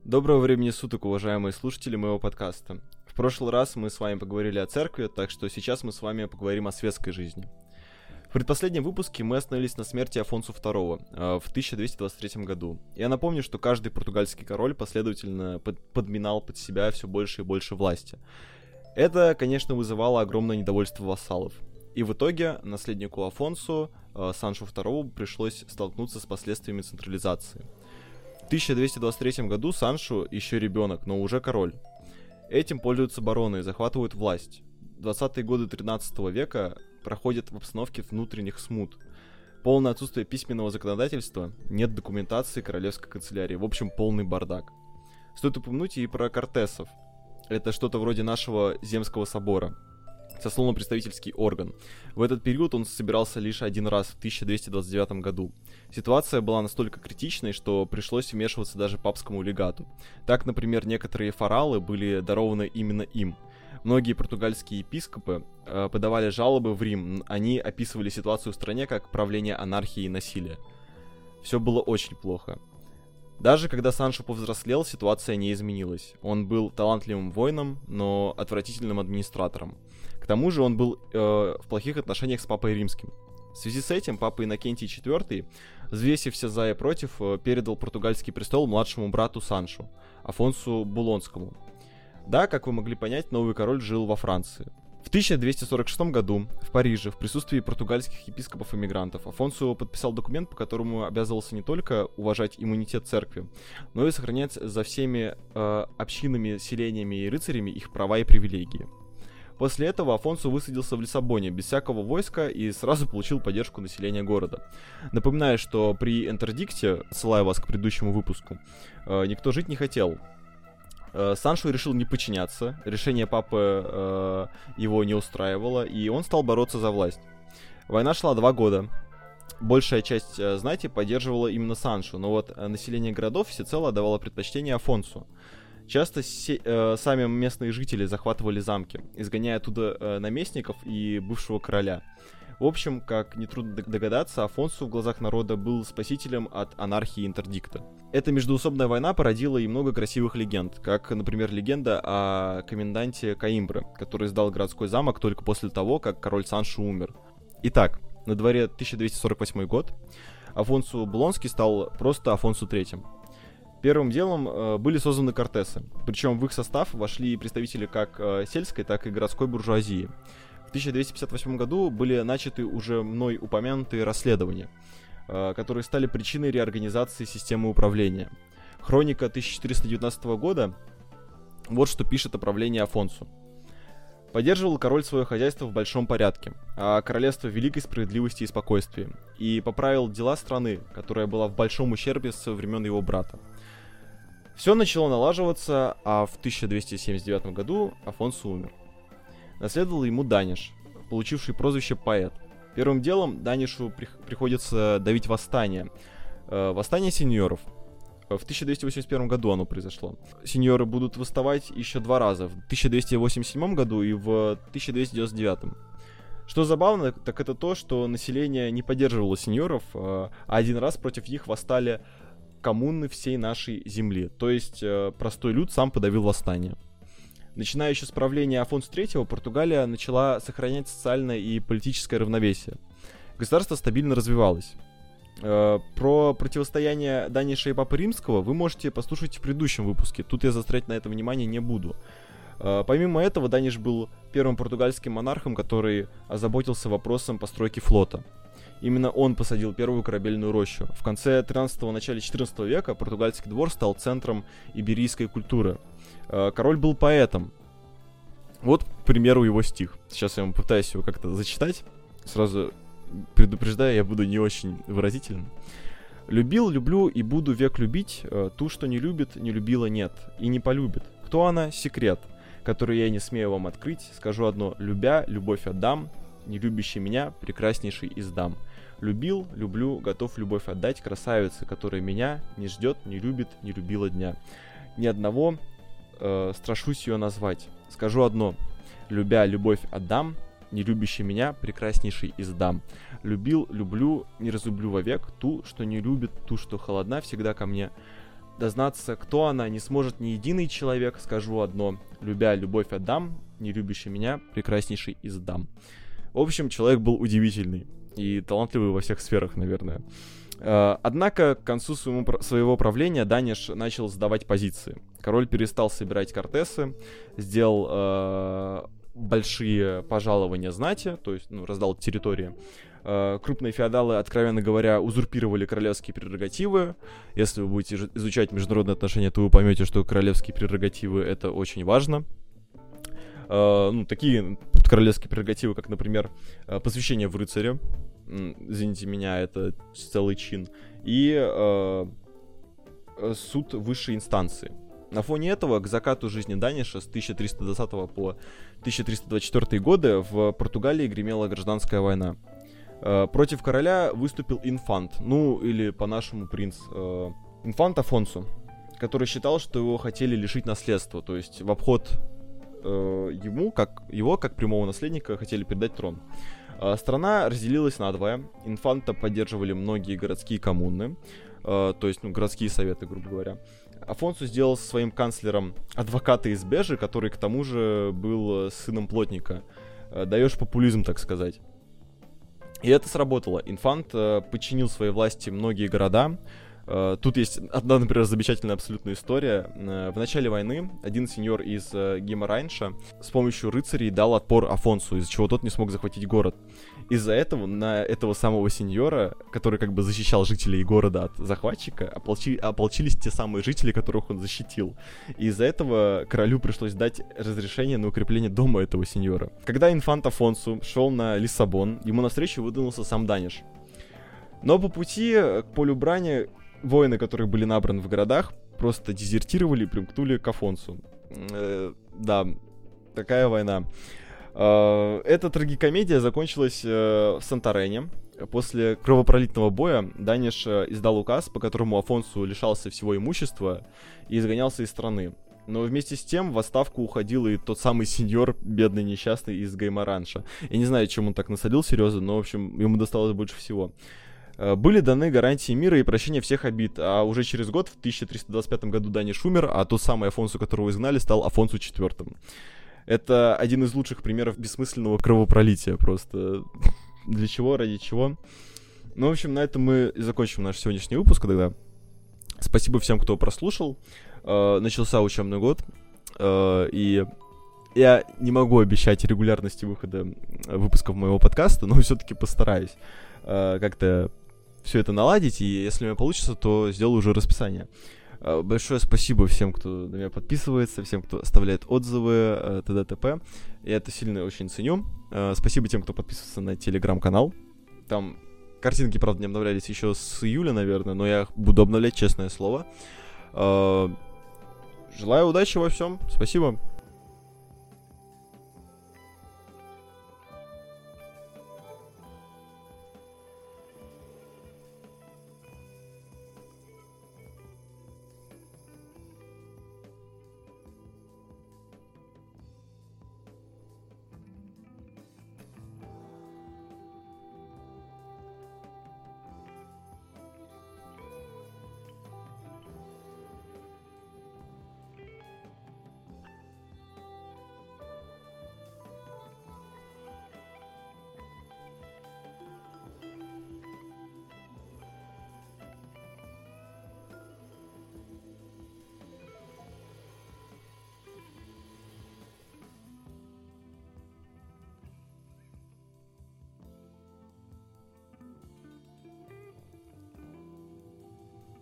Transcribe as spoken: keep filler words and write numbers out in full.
Доброго времени суток, уважаемые слушатели моего подкаста. В прошлый раз мы с вами поговорили о церкви, так что сейчас мы с вами поговорим о светской жизни. В предпоследнем выпуске мы остановились на смерти Афонсу второго э, в тысяча двести двадцать третьем году. Я напомню, что каждый португальский король последовательно под- подминал под себя все больше и больше власти. Это, конечно, вызывало огромное недовольство вассалов. И в итоге наследнику Афонсу, э, Санчо второму, пришлось столкнуться с последствиями централизации. В тысяча двести двадцать третьем году Санчо еще ребенок, но уже король. Этим пользуются бароны и захватывают власть. двадцатые годы тринадцатого века проходят в обстановке внутренних смут. Полное отсутствие письменного законодательства, нет документации королевской канцелярии, в общем, полный бардак. Стоит упомянуть и про кортесов. Это что-то вроде нашего земского собора. Сословно-представительский орган. В этот период он собирался лишь один раз, в тысяча двести двадцать девятом году. Ситуация была настолько критичной, что пришлось вмешиваться даже папскому легату. Так, например, некоторые форалы были дарованы именно им. Многие португальские епископы э, подавали жалобы в Рим, они описывали ситуацию в стране как правление анархии и насилия. Все было очень плохо. Даже когда Санчо повзрослел, ситуация не изменилась. Он был талантливым воином, но отвратительным администратором. К тому же он был э, в плохих отношениях с папой римским. В связи с этим папа Иннокентий четвёртый, взвесив все за и против, э, передал португальский престол младшему брату Санчо, Афонсу Булонскому. Да, как вы могли понять, новый король жил во Франции. В тысяча двести сорок шестом году в Париже в присутствии португальских епископов-эмигрантов Афонсу подписал документ, по которому обязывался не только уважать иммунитет церкви, но и сохранять за всеми э, общинами, селениями и рыцарями их права и привилегии. После этого Афонсу высадился в Лиссабоне без всякого войска и сразу получил поддержку населения города. Напоминаю, что при интердикте, ссылаю вас к предыдущему выпуску, э, никто жить не хотел. Санчо решил не подчиняться, решение папы э, его не устраивало, и он стал бороться за власть. Война шла два года. Большая часть э, знати поддерживала именно Санчо, но вот население городов всецело отдавало предпочтение Афонсу. Часто се- э, сами местные жители захватывали замки, изгоняя оттуда э, наместников и бывшего короля. В общем, как нетрудно догадаться, Афонсу в глазах народа был спасителем от анархии и интердикта. Эта междоусобная война породила и много красивых легенд, как, например, легенда о коменданте Коимбры, который сдал городской замок только после того, как король Санчо умер. Итак, на дворе тысяча двести сорок восьмой год, Афонсу Булонский стал просто Афонсу третьим. Первым делом э, были созданы кортесы, причем в их состав вошли представители как э, сельской, так и городской буржуазии. В тысяча двести пятьдесят восьмом году были начаты уже мной упомянутые расследования, э, которые стали причиной реорганизации системы управления. Хроника тысяча четыреста девятнадцатого года, вот что пишет о правлении Афонсу. Поддерживал король свое хозяйство в большом порядке, а королевство в великой справедливости и спокойствии, и поправил дела страны, которая была в большом ущербе со времен его брата. Все начало налаживаться, а в тысяча двести семьдесят девятом году Афонсу умер. Наследовал ему Даниш, получивший прозвище «Поэт». Первым делом Данишу при- приходится давить восстание. Э, восстание сеньоров. В тысяча двести восемьдесят первом году оно произошло. Сеньоры будут восставать еще два раза. В тысяча двести восемьдесят седьмом году и в тысяча двести девяносто девятом. Что забавно, так это то, что население не поддерживало сеньоров, а один раз против них восстали коммуны всей нашей земли. То есть э, простой люд сам подавил восстание. Начиная еще с правления Афонсу третьего, Португалия начала сохранять социальное и политическое равновесие. Государство стабильно развивалось. Э, про противостояние Даниша и Папы Римского вы можете послушать в предыдущем выпуске. Тут я заострять на это внимание не буду. Э, помимо этого, Даниш был первым португальским монархом, который озаботился вопросом постройки флота. Именно он посадил первую корабельную рощу. В конце тринадцатого, начале четырнадцатого века португальский двор стал центром иберийской культуры. Король был поэтом. Вот, к примеру, его стих. Сейчас я вам пытаюсь его как-то зачитать. Сразу предупреждаю, я буду не очень выразительным. «Любил, люблю и буду век любить. Ту, что не любит, не любила, нет. И не полюбит. Кто она? Секрет, который я не смею вам открыть. Скажу одно: любя, любовь отдам. Не любящий меня, прекраснейший из дам. Любил, люблю, готов любовь отдать красавице, которая меня не ждет, не любит, не любила дня. Ни одного э, страшусь ее назвать. Скажу одно: любя, любовь отдам, не любящий меня, прекраснейший из дам. Любил, люблю, не разлюблю вовек ту, что не любит, ту, что холодна всегда ко мне. дознаться, кто она, не сможет ни единый человек, скажу одно: любя, любовь отдам, не любящий меня, прекраснейший из дам. В общем, человек был удивительный и талантливый во всех сферах, наверное. Однако к концу своему, своего правления Даниш начал сдавать позиции. Король перестал собирать кортесы, сделал э, большие пожалования знати, то есть ну, раздал территории. Э, крупные феодалы, откровенно говоря, узурпировали королевские прерогативы. Если вы будете изучать международные отношения, то вы поймете, что королевские прерогативы — это очень важно. Э, ну, такие королевские прерогативы, как, например, посвящение в рыцаре. Извините меня, это целый чин. И э, суд высшей инстанции. На фоне этого к закату жизни Даниша с тысяча триста двадцатого по тысяча триста двадцать четвёртый годы в Португалии гремела гражданская война. Э, против короля выступил инфант, ну или по-нашему принц, э, инфант Афонсу, который считал, что его хотели лишить наследства, то есть в обход э, ему, как, его, как прямого наследника, хотели передать трон. Страна разделилась надвое. Инфанта поддерживали многие городские коммуны, э, то есть ну, городские советы, грубо говоря. Афонсу сделал своим канцлером адвоката из Бежи, который к тому же был сыном плотника. Э, даешь популизм, так сказать. И это сработало. Инфант э, подчинил своей власти многие города. Uh, тут есть одна, например, замечательная абсолютная история. Uh, в начале войны один сеньор из uh, Гимарайнша с помощью рыцарей дал отпор Афонсу, из-за чего тот не смог захватить город. Из-за этого на этого самого сеньора, который как бы защищал жителей города от захватчика, ополчи... ополчились те самые жители, которых он защитил. И из-за этого королю пришлось дать разрешение на укрепление дома этого сеньора. Когда инфант Афонсу шел на Лиссабон, ему навстречу выдвинулся сам Даниш. Но по пути к полю брани воины, которые были набраны в городах, просто дезертировали и примкнули к Афонсу. Э, да, такая война. Э, эта трагикомедия закончилась э, в Санторене. После кровопролитного боя Даниш издал указ, по которому Афонсу лишался всего имущества и изгонялся из страны. Но вместе с тем в отставку уходил и тот самый сеньор, бедный несчастный, из Гаймаранша. Я не знаю, чем он так насолил серьезно, но, в общем, ему досталось больше всего. Были даны гарантии мира и прощения всех обид, а уже через год, в тысяча триста двадцать пятом году, Даниш умер, а тот самый Афонсу, которого изгнали, стал Афонсу четвёртым. Это один из лучших примеров бессмысленного кровопролития просто. Для чего, ради чего. Ну, в общем, на этом мы и закончим наш сегодняшний выпуск тогда. Спасибо всем, кто прослушал. Э, начался учебный год, э, и я не могу обещать регулярности выхода выпусков моего подкаста, но все-таки постараюсь э, как-то все это наладить, и если у меня получится, то сделаю уже расписание. Э, большое спасибо всем, кто на меня подписывается, всем, кто оставляет отзывы, э, т.д. т.п. Я это сильно очень ценю. Э, спасибо тем, кто подписывается на телеграм-канал. Там картинки, правда, не обновлялись еще с июля, наверное, но я их буду обновлять, честное слово. Э, желаю удачи во всем. Спасибо.